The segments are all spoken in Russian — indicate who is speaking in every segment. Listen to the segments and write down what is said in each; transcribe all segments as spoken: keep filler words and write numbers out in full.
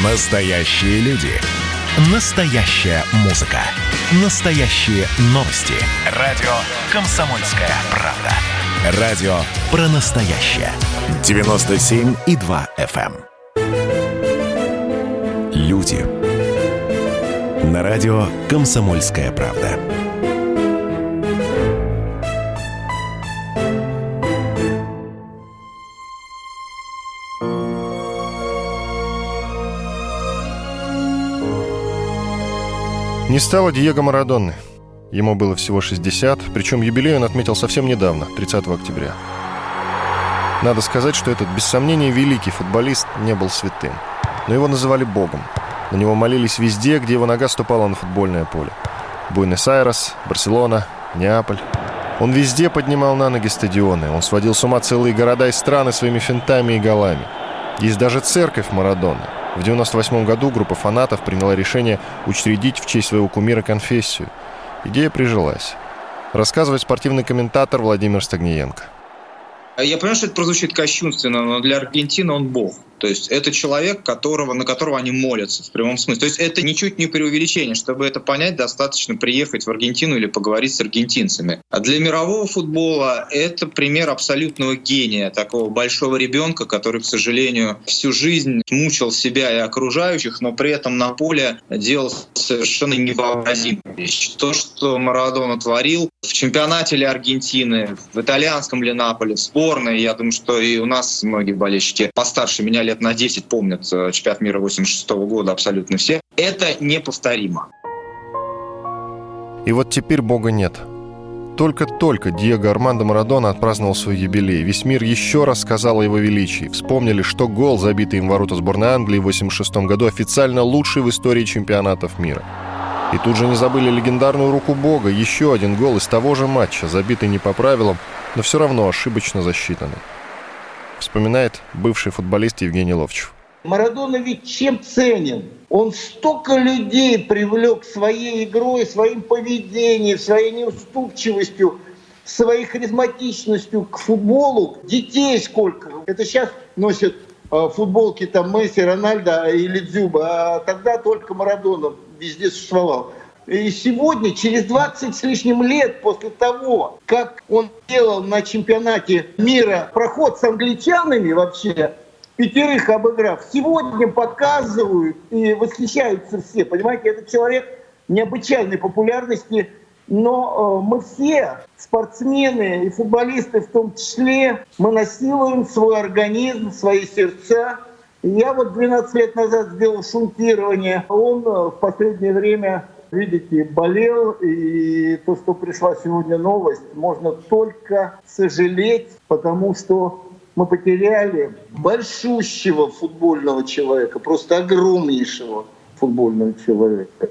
Speaker 1: Настоящие люди. Настоящая музыка. Настоящие новости. Радио «Комсомольская правда». Радио про настоящее. девяносто семь и два эф эм. Люди. На радио «Комсомольская правда».
Speaker 2: Не стало Диего Марадоны. Ему было всего шестьдесят, причем юбилей он отметил совсем недавно, тридцатого октября. Надо сказать, что этот, без сомнения, великий футболист не был святым. Но его называли богом. На него молились везде, где его нога ступала на футбольное поле. Буэнос-Айрес, Барселона, Неаполь. Он везде поднимал на ноги стадионы. Он сводил с ума целые города и страны своими финтами и голами. Есть даже церковь Марадоны. В девяносто восьмом году группа фанатов приняла решение учредить в честь своего кумира конфессию. Идея прижилась. Рассказывает спортивный комментатор Владимир Стагниенко.
Speaker 3: Я понимаю, что это прозвучит кощунственно, но для Аргентины он бог. То есть это человек, которого, на которого они молятся в прямом смысле. То есть это ничуть не преувеличение. Чтобы это понять, достаточно приехать в Аргентину или поговорить с аргентинцами. А для мирового футбола это пример абсолютного гения, такого большого ребенка, который, к сожалению, всю жизнь мучил себя и окружающих, но при этом на поле делал совершенно невообразимые вещи. То, что Марадона творил в чемпионате ли Аргентины, в итальянском ли Наполе, в сборной, я думаю, что и у нас многие болельщики постарше меня лет на десять помнят чемпионат мира восемьдесят шестого года абсолютно все. Это неповторимо.
Speaker 2: И вот теперь бога нет. Только-только Диего Армандо Марадона отпраздновал свой юбилей. Весь мир еще раз сказал о его величии. Вспомнили, что гол, забитый им в ворота сборной Англии в восемьдесят шестом году, официально лучший в истории чемпионатов мира. И тут же не забыли легендарную руку бога. Еще один гол из того же матча, забитый не по правилам, но все равно ошибочно засчитанный. Вспоминает бывший футболист Евгений Ловчев.
Speaker 4: Марадона ведь чем ценен? Он столько людей привлек своей игрой, своим поведением, своей неуступчивостью, своей харизматичностью к футболу. Детей сколько. Это сейчас носят э, футболки там Месси, Рональдо или Дзюба, а тогда только Марадона везде существовал. И сегодня, через двадцать с лишним лет после того, как он делал на чемпионате мира проход с англичанами вообще, пятерых обыграв, сегодня показывают и восхищаются все. Понимаете, этот человек необычайной популярности, но э, мы все, спортсмены и футболисты в том числе, мы насилуем свой организм, свои сердца. Я вот двенадцать лет назад сделал шунтирование, он в последнее время... Видите, болел, и то, что пришла сегодня новость, можно только сожалеть, потому что мы потеряли большущего футбольного человека, просто огромнейшего футбольного человека.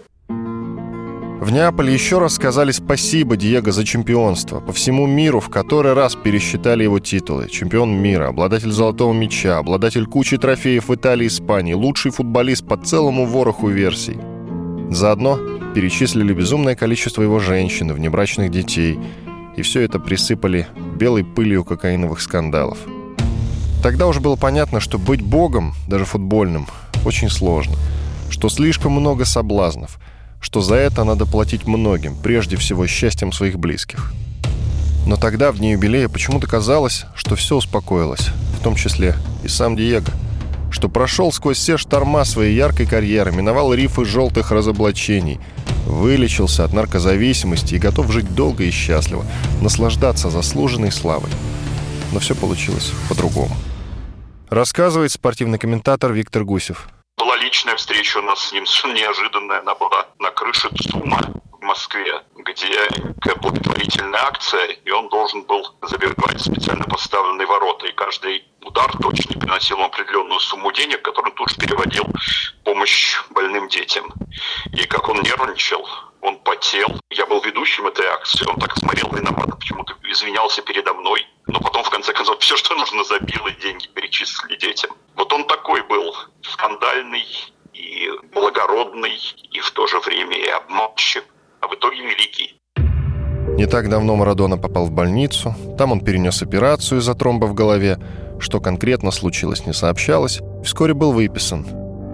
Speaker 2: В Неаполе еще раз сказали спасибо Диего за чемпионство. По всему миру в который раз пересчитали его титулы. Чемпион мира, обладатель золотого мяча, обладатель кучи трофеев в Италии и Испании, лучший футболист по целому вороху версий. Заодно перечислили безумное количество его женщин и внебрачных детей, и все это присыпали белой пылью кокаиновых скандалов. Тогда уже было понятно, что быть богом, даже футбольным, очень сложно, что слишком много соблазнов, что за это надо платить многим, прежде всего счастьем своих близких. Но тогда, в дни юбилея, почему-то казалось, что все успокоилось, в том числе и сам Диего, что прошел сквозь все шторма своей яркой карьеры, миновал рифы желтых разоблачений, вылечился от наркозависимости и готов жить долго и счастливо, наслаждаться заслуженной славой. Но все получилось по-другому. Рассказывает спортивный комментатор Виктор Гусев.
Speaker 5: Была личная встреча у нас с ним, совершенно неожиданная. Она была на крыше ЦУМа в Москве, где благотворительная акция, и он должен был забивать специально поставленные ворота. И каждый удар точно приносил ему определенную сумму денег, которую он тут же переводил в помощь больным детям. И как он нервничал, он потел. Я был ведущим этой акции, он так смотрел виновато, почему-то извинялся передо мной. Но потом, в конце концов, все, что нужно, забил, и деньги перечислили детям. Вот он такой был, скандальный и благородный, и в то же время и обманщик, а в итоге великий.
Speaker 2: Не так давно Марадона попал в больницу. Там он перенес операцию из-за тромба в голове. Что конкретно случилось, не сообщалось. Вскоре был выписан.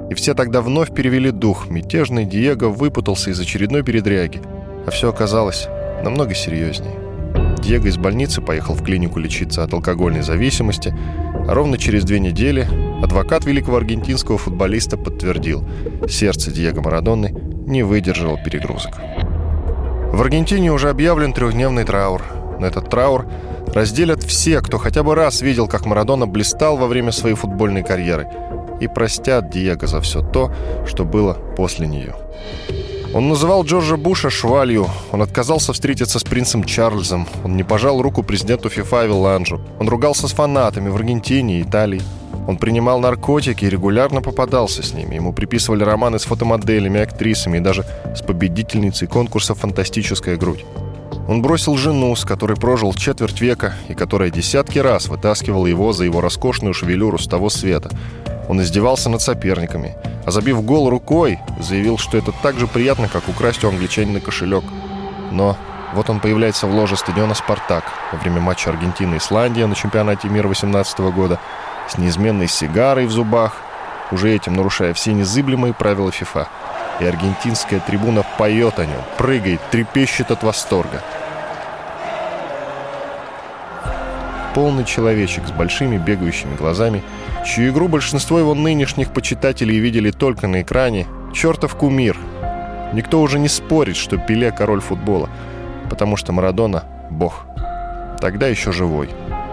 Speaker 2: И все тогда вновь перевели дух. Мятежный Диего выпутался из очередной передряги. А все оказалось намного серьезнее. Диего из больницы поехал в клинику лечиться от алкогольной зависимости, а ровно через две недели адвокат великого аргентинского футболиста подтвердил: сердце Диего Марадоны не выдержало перегрузок. В Аргентине уже объявлен трехдневный траур. Но этот траур разделят все, кто хотя бы раз видел, как Марадона блистал во время своей футбольной карьеры, и простят Диего за все то, что было после нее. Он называл Джорджа Буша швалью, он отказался встретиться с принцем Чарльзом, он не пожал руку президенту ФИФА Авеланжу, он ругался с фанатами в Аргентине и Италии, он принимал наркотики и регулярно попадался с ними. Ему приписывали романы с фотомоделями, актрисами и даже с победительницей конкурса «Фантастическая грудь». Он бросил жену, с которой прожил четверть века и которая десятки раз вытаскивала его за его роскошную шевелюру с того света. Он издевался над соперниками, а забив гол рукой, заявил, что это так же приятно, как украсть у англичанина кошелек. Но вот он появляется в ложе стадиона «Спартак» во время матча Аргентина-Исландия на чемпионате мира восемнадцатого года с неизменной сигарой в зубах, уже этим нарушая все незыблемые правила ФИФА. И аргентинская трибуна поет о нем, прыгает, трепещет от восторга. Полный человечек с большими бегающими глазами, чью игру большинство его нынешних почитателей видели только на экране, чертов кумир. Никто уже не спорит, что Пеле — король футбола, потому что Марадона — бог. Тогда еще живой,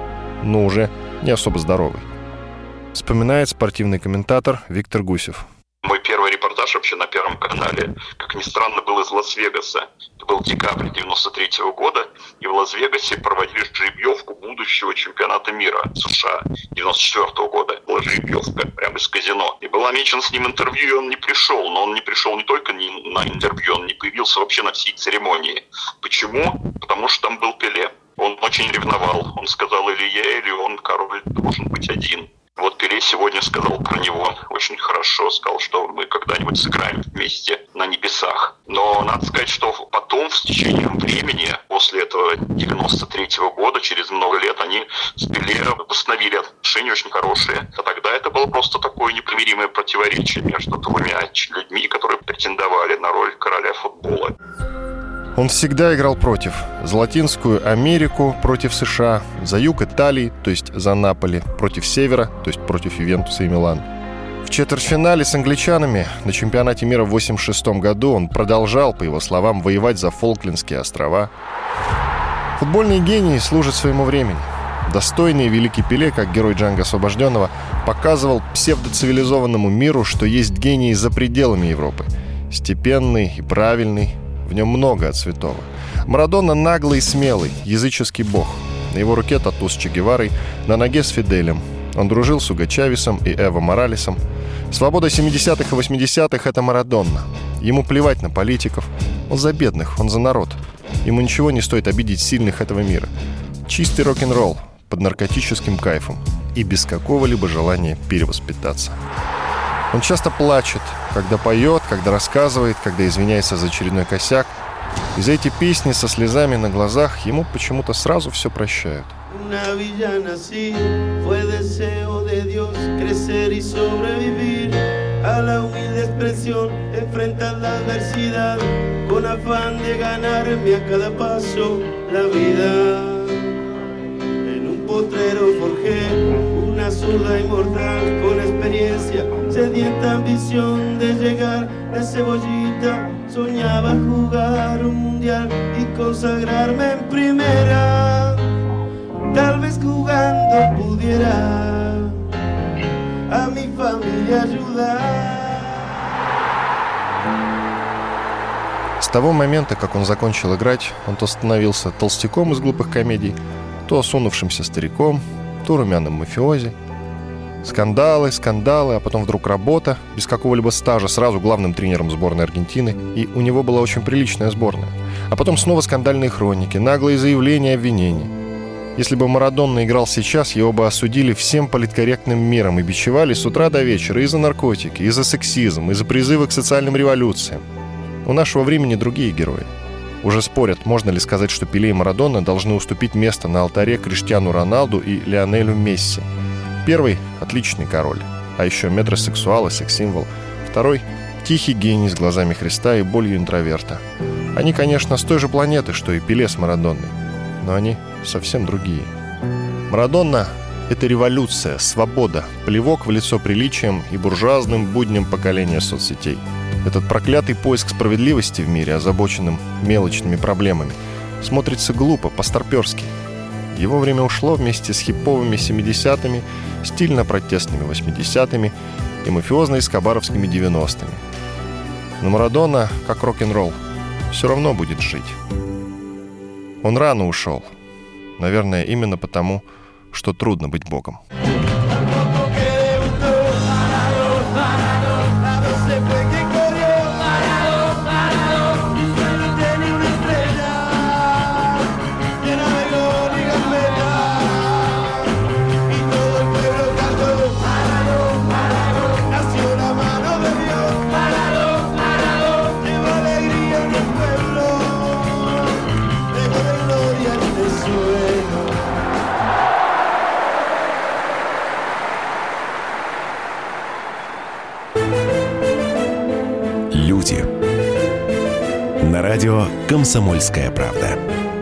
Speaker 2: но уже не особо здоровый. Вспоминает спортивный комментатор Виктор Гусев.
Speaker 5: Мой первый репортаж вообще на Первом канале, как ни странно, был из Лас-Вегаса. Это был декабрь девяносто третьего года, и в Лас-Вегасе проводили жеребьевку будущего чемпионата мира США девяносто четвёртого года. Была жеребьевка прямо из казино. И был намечен с ним интервью, и он не пришел. Но он не пришел не только на интервью, он не появился вообще на всей церемонии. Почему? Потому что там был Пеле. Он очень ревновал. Он сказал: или я, или он, король должен быть один. Вот Пеле сегодня сказал про него очень хорошо, сказал, что мы когда-нибудь сыграем вместе на небесах. Но надо сказать, что потом, с течением времени, после этого девяносто третьего года, через много лет, они с Пеле восстановили отношения очень хорошие. А тогда это было просто такое непримиримое противоречие между двумя людьми, которые претендовали на роль короля футбола.
Speaker 2: Он всегда играл против. За Латинскую Америку против США, за юг Италии, то есть за Наполи, против севера, то есть против Ювентуса и Милана. В четвертьфинале с англичанами на чемпионате мира в восемьдесят шестом году он продолжал, по его словам, воевать за Фолклендские острова. Футбольный гений служит своему времени. Достойный великий Пеле, как герой Джанго Освобожденного, показывал псевдоцивилизованному миру, что есть гений за пределами Европы. Степенный и правильный. В нем много от святого. Марадона наглый и смелый, языческий бог. На его руке тату с Че Геварой, на ноге с Фиделем. Он дружил с Уго Чавесом и Эво Моралесом. Свобода семидесятых и восьмидесятых — это Марадона. Ему плевать на политиков. Он за бедных, он за народ. Ему ничего не стоит обидеть сильных этого мира. Чистый рок-н-ролл под наркотическим кайфом и без какого-либо желания перевоспитаться. Он часто плачет, когда поет, когда рассказывает, когда извиняется за очередной косяк. И за эти песни со слезами на глазах ему почему-то сразу все прощают.
Speaker 6: Una zurda inmortal con experiencia, sedienta ambición de llegar de cebollita. Soñaba jugar un mundial y consagrarme en primera. Tal vez jugando pudiera a mi familia ayudar.
Speaker 2: С того момента, как он закончил играть, он то становился толстяком из глупых комедий, то осунувшимся стариком, то румяным мафиози. Скандалы, скандалы, а потом вдруг работа, без какого-либо стажа, сразу главным тренером сборной Аргентины, и у него была очень приличная сборная. А потом снова скандальные хроники, наглые заявления и обвинения. Если бы Марадона играл сейчас, его бы осудили всем политкорректным миром и бичевали с утра до вечера и за наркотики, и за сексизм, и за призывы к социальным революциям. У нашего времени другие герои. Уже спорят, можно ли сказать, что Пеле и Марадона должны уступить место на алтаре Криштиану Роналду и Лионелю Месси. Первый – отличный король. А еще метросексуал и секс-символ. Второй — тихий гений с глазами Христа и болью интроверта. Они, конечно, с той же планеты, что и Пеле с Марадонной, но они совсем другие. Марадонна — это революция, свобода, плевок в лицо приличиям и буржуазным будням поколения соцсетей. Этот проклятый поиск справедливости в мире, озабоченным мелочными проблемами, смотрится глупо, по-старперски. Его время ушло вместе с хиповыми семидесятыми, стильно-протестными восьмидесятыми и мафиозно-эскобаровскими девяностыми. Но Марадона, как рок-н-ролл, все равно будет жить. Он рано ушел. Наверное, именно потому, что трудно быть богом.
Speaker 1: Люди. На радио «Комсомольская правда».